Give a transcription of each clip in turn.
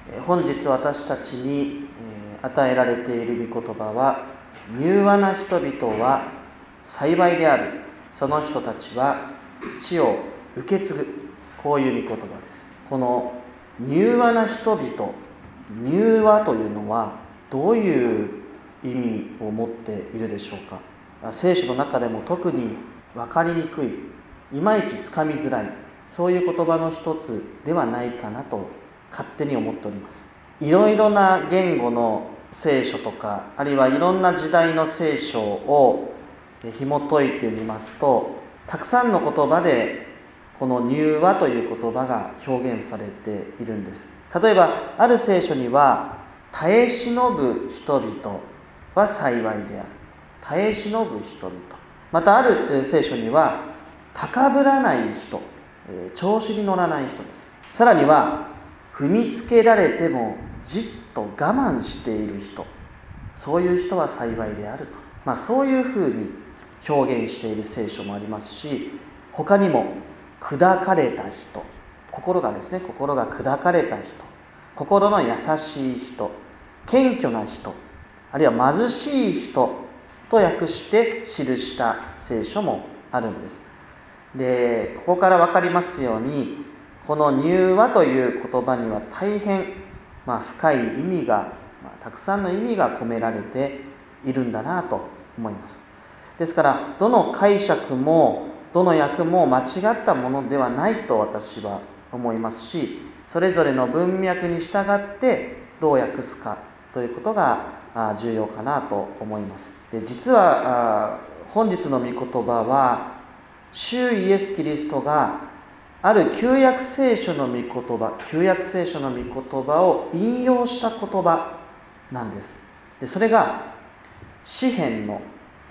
本日私たちに与えられている御言葉は、柔和な人々は幸いである、その人たちは地を受け継ぐ、こういう御言葉です。この柔和な人々、柔和というのはどういう意味を持っているでしょうか。聖書の中でも特に分かりにくい、いまいちつかみづらい、そういう言葉の一つではないかなと勝手に思っております。いろいろな言語の聖書とか、あるいはいろんな時代の聖書を紐解いてみますと、たくさんの言葉でこの柔和という言葉が表現されているんです。例えばある聖書には、耐え忍ぶ人々は幸いである、耐え忍ぶ人々。またある聖書には、高ぶらない人、調子に乗らない人です。さらには、踏みつけられてもじっと我慢している人、そういう人は幸いであると、そういうふうに表現している聖書もありますし、他にも砕かれた人、心が砕かれた人、心の優しい人、謙虚な人、あるいは貧しい人と訳して記した聖書もあるんです。で、ここから分かりますように、この柔和という言葉には大変、深い意味が、たくさんの意味が込められているんだなと思います。ですから、どの解釈もどの訳も間違ったものではないと私は思いますし、それぞれの文脈に従ってどう訳すかということが重要かなと思います。で、実は本日の御言葉は、主イエス・キリストがある旧約聖書の御言葉を引用した言葉なんです。で、それが詩編の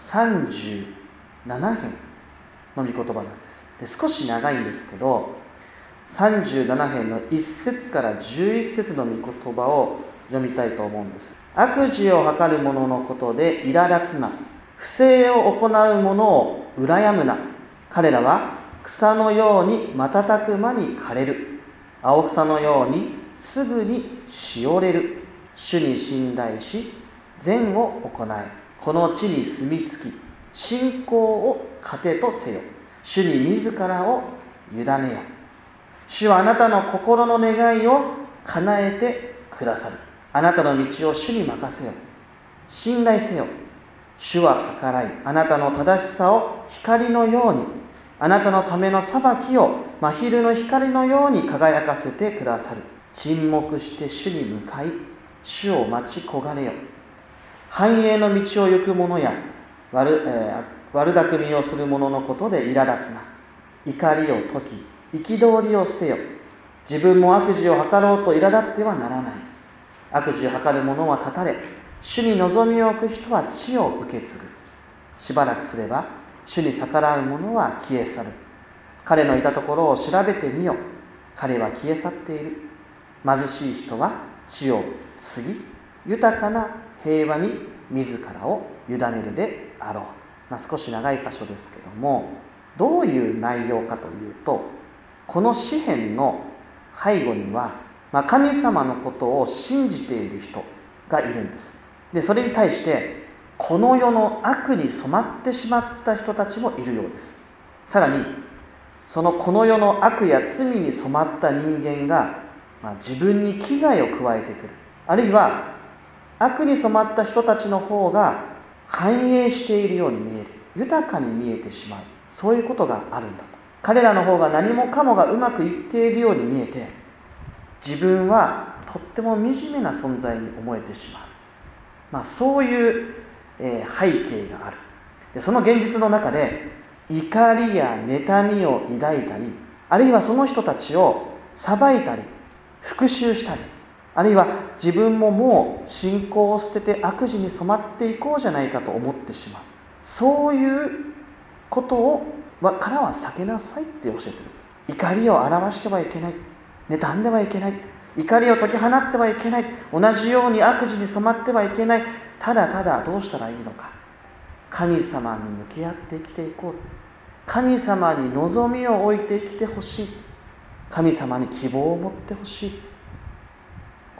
37編の御言葉なんです。で、少し長いんですけど、37編の1節から11節の御言葉を読みたいと思うんです。悪事を図る者のことで苛立つな、不正を行う者を羨むな。彼らは草のように瞬く間に枯れる。青草のようにすぐにしおれる。主に信頼し、善を行え。この地に住み着き、信仰を糧とせよ。主に自らを委ねよ。主はあなたの心の願いを叶えてくださる。あなたの道を主に任せよ。信頼せよ。主は計らい、あなたの正しさを光のように、あなたのための裁きを真昼の光のように輝かせてくださる。沈黙して主に向かい、主を待ち焦がれよ。繁栄の道を行く者や悪巧みをする者のことで苛立つな。怒りを解き、憤りを捨てよ。自分も悪事を図ろうと苛立ってはならない。悪事を図る者は断たれ、主に望みを置く人は地を受け継ぐ。しばらくすれば主に逆らう者は消え去る。彼のいたところを調べてみよ。彼は消え去っている。貧しい人は地を継ぎ、豊かな平和に自らを委ねるであろう。少し長い箇所ですけども、どういう内容かというと、この詩編の背後には、神様のことを信じている人がいるんです。で、それに対してこの世の悪に染まってしまった人たちもいるようです。さらにそのこの世の悪や罪に染まった人間が、自分に危害を加えてくる、あるいは悪に染まった人たちの方が繁栄しているように見える、豊かに見えてしまう、そういうことがあるんだと。彼らの方が何もかもがうまくいっているように見えて、自分はとっても惨めな存在に思えてしまう、そういう背景がある。で、その現実の中で怒りや妬みを抱いたり、あるいはその人たちを裁いたり復讐したり、あるいは自分ももう信仰を捨てて悪事に染まっていこうじゃないかと思ってしまう、そういうことからは避けなさいって教えてるんです。怒りを表してはいけない、妬んではいけない、怒りを解き放ってはいけない、同じように悪事に染まってはいけない。ただただどうしたらいいのか、神様に向き合って生きていこう、神様に望みを置いて生きてほしい、神様に希望を持ってほしい、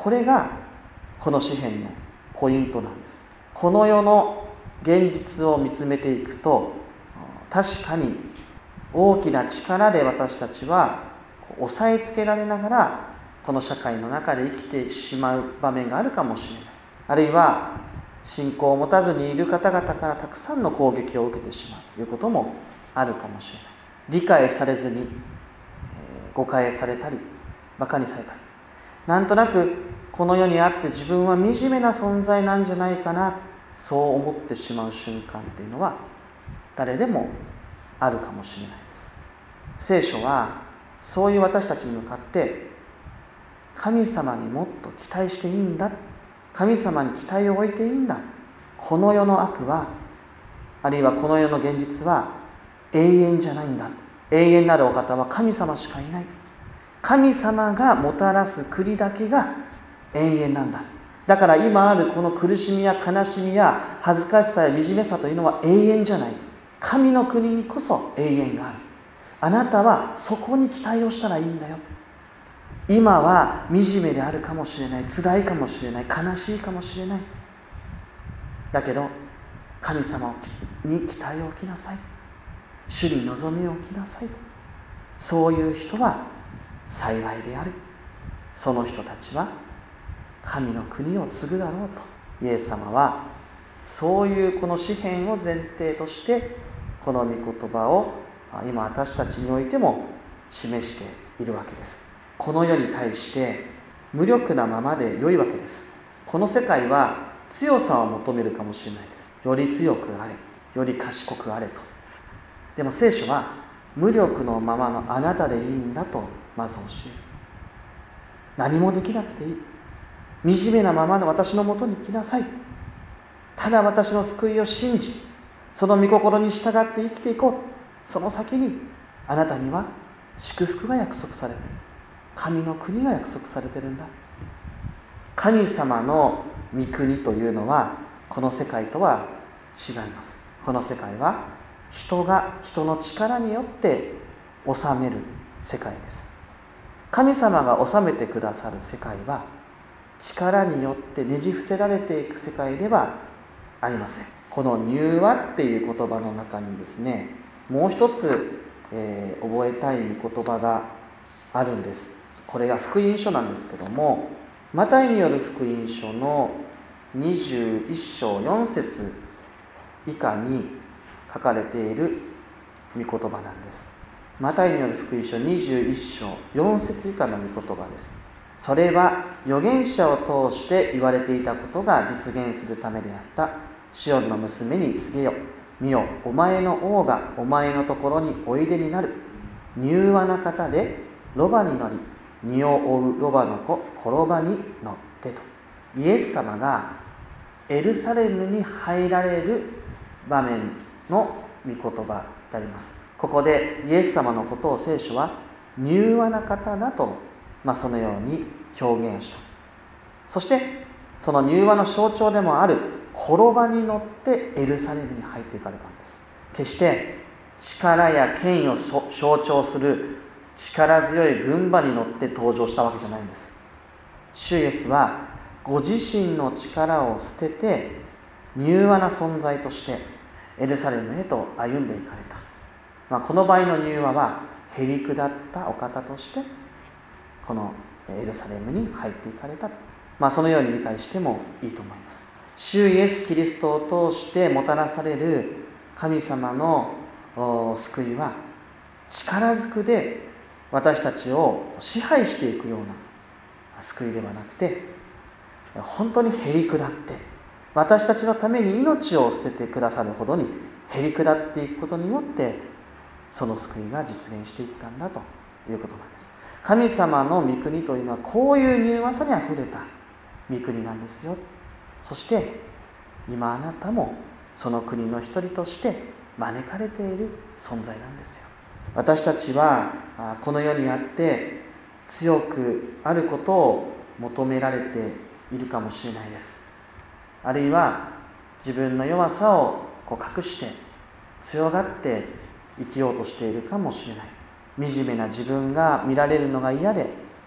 これがこの詩篇のポイントなんです。この世の現実を見つめていくと、確かに大きな力で私たちは押さえつけられながらこの社会の中で生きてしまう場面があるかもしれない。あるいは信仰を持たずにいる方々からたくさんの攻撃を受けてしまうということもあるかもしれない。理解されずに誤解されたり馬鹿にされたり、なんとなくこの世にあって自分は惨めな存在なんじゃないかな、そう思ってしまう瞬間っていうのは誰でもあるかもしれないです。聖書はそういう私たちに向かって、神様にもっと期待していいんだ、神様に期待を置いていいんだ、この世の悪は、あるいはこの世の現実は永遠じゃないんだ、永遠なるお方は神様しかいない、神様がもたらす国だけが永遠なんだ、だから今あるこの苦しみや悲しみや恥ずかしさや惨めさというのは永遠じゃない、神の国にこそ永遠がある、あなたはそこに期待をしたらいいんだよ。今は惨めであるかもしれない、辛いかもしれない、悲しいかもしれない、だけど神様に期待を置きなさい、主に望みを置きなさい、そういう人は幸いである、その人たちは神の国を継ぐだろうと、イエス様はそういうこの詩篇を前提としてこの御言葉を今私たちにおいても示しているわけです。この世に対して無力なままで良いわけです。この世界は強さを求めるかもしれないです。より強くあれ、より賢くあれと。でも聖書は無力のままのあなたでいいんだとまず教える。何もできなくていい、惨めなままの私のもとに来なさい、ただ私の救いを信じ、その御心に従って生きていこう。その先にあなたには祝福が約束されている、神の国が約束されているんだ。神様の御国というのはこの世界とは違います。この世界は人が人の力によって治める世界です。神様が治めてくださる世界は力によってねじ伏せられていく世界ではありません。この柔和っていう言葉の中にですね、もう一つ、覚えたい御言葉があるんです。これが福音書なんですけども、マタイによる福音書の21章4節以下に書かれている御言葉なんです。マタイによる福音書21章4節以下の御言葉です。それは預言者を通して言われていたことが実現するためであった。シオンの娘に告げよ、見よ、お前の王がお前のところにおいでになる。柔和な方でロバに乗り、荷を追うロバの子コロバに乗ってと。イエス様がエルサレムに入られる場面の御言葉であります。ここでイエス様のことを聖書は柔和な方だと、そのように表現した。そしてその柔和の象徴でもある転ばに乗ってエルサレムに入っていかれたんです。決して力や権威を象徴する力強い軍馬に乗って登場したわけじゃないんです。主イエスはご自身の力を捨てて柔和な存在としてエルサレムへと歩んでいかれた。この場合の柔和はへりくだったお方としてこのエルサレムに入っていかれたと、そのように理解してもいいと思います。主イエスキリストを通してもたらされる神様の救いは力ずくで私たちを支配していくような救いではなくて、本当にへりくだって私たちのために命を捨ててくださるほどにへりくだっていくことによってその救いが実現していったんだということなんです。神様の御国というのはこういう柔和さにあふれた御国なんですよ。そして今あなたもその国の一人として招かれている存在なんですよ。私たちはこの世にあって強くあることを求められているかもしれないです。あるいは自分の弱さを隠して強がって生きようとしているかもしれない。惨めな自分が見られるのが嫌で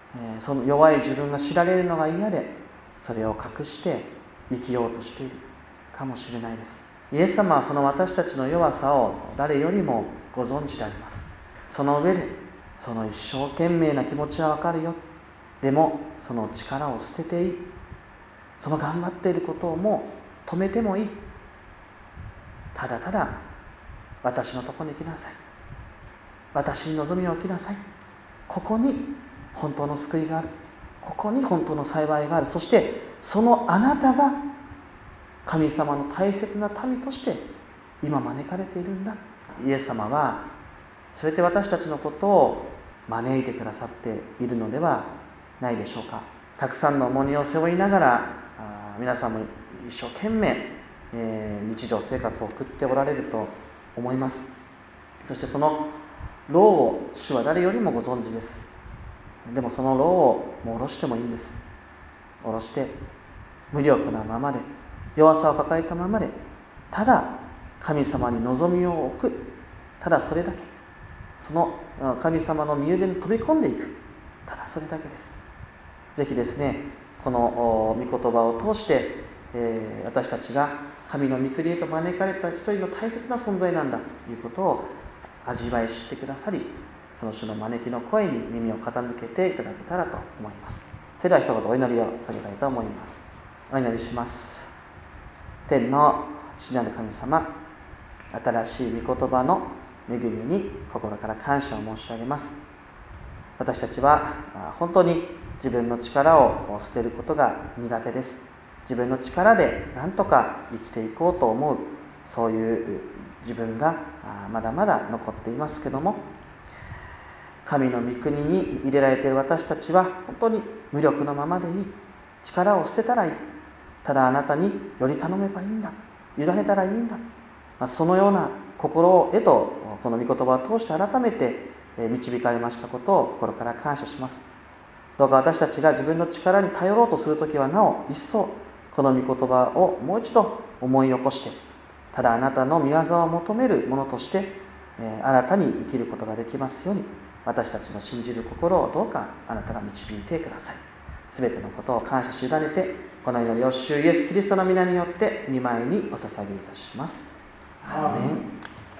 その弱い自分が知られるのが嫌でそれを隠して生きようとしているかもしれないです。イエス様はその私たちの弱さを誰よりもご存知であります。その上でその一生懸命な気持ちはわかるよ、でもその力を捨てていい、その頑張っていることをもう止めてもいい、ただただ私のところに来なさい、私に望みを置きなさい、ここに本当の救いがある、ここに本当の幸いがある、そしてそのあなたが神様の大切な民として今招かれているんだ。イエス様はそうやって私たちのことを招いてくださっているのではないでしょうか。たくさんの重荷を背負いながら皆さんも一生懸命、日常生活を送っておられると思います。そしてその労を主は誰よりもご存知です。でもその労をもう下ろしてもいいんです。下ろして無力なままで、弱さを抱えたままで、ただ神様に望みを置く、ただそれだけ、その神様の身腕に飛び込んでいく、ただそれだけです。ぜひですね、この御言葉を通して、私たちが神の御国へと招かれた一人の大切な存在なんだということを味わい知ってくださり、その主の招きの声に耳を傾けていただけたらと思います。それでは一言お祈りを捧げたいと思います。お祈りします。天の父なる神様、新しい御言葉の恵みに心から感謝を申し上げます。私たちは本当に自分の力を捨てることが苦手です。自分の力で何とか生きていこうと思う、そういう自分がまだまだ残っていますけども、神の御国に入れられている私たちは本当に無力のままでいい、力を捨てたらいい、ただあなたにより頼めばいいんだ、委ねたらいいんだ、そのような心へとこの御言葉を通して改めて導かれましたことを心から感謝します。どうか私たちが自分の力に頼ろうとするときはなお一層この御言葉をもう一度思い起こして、ただあなたの御業を求めるものとして新たに生きることができますように、私たちの信じる心をどうかあなたが導いてください。すべてのことを感謝し委ねて、この祈りを主イエスキリストの皆によって御前にお捧げいたします。アーメン。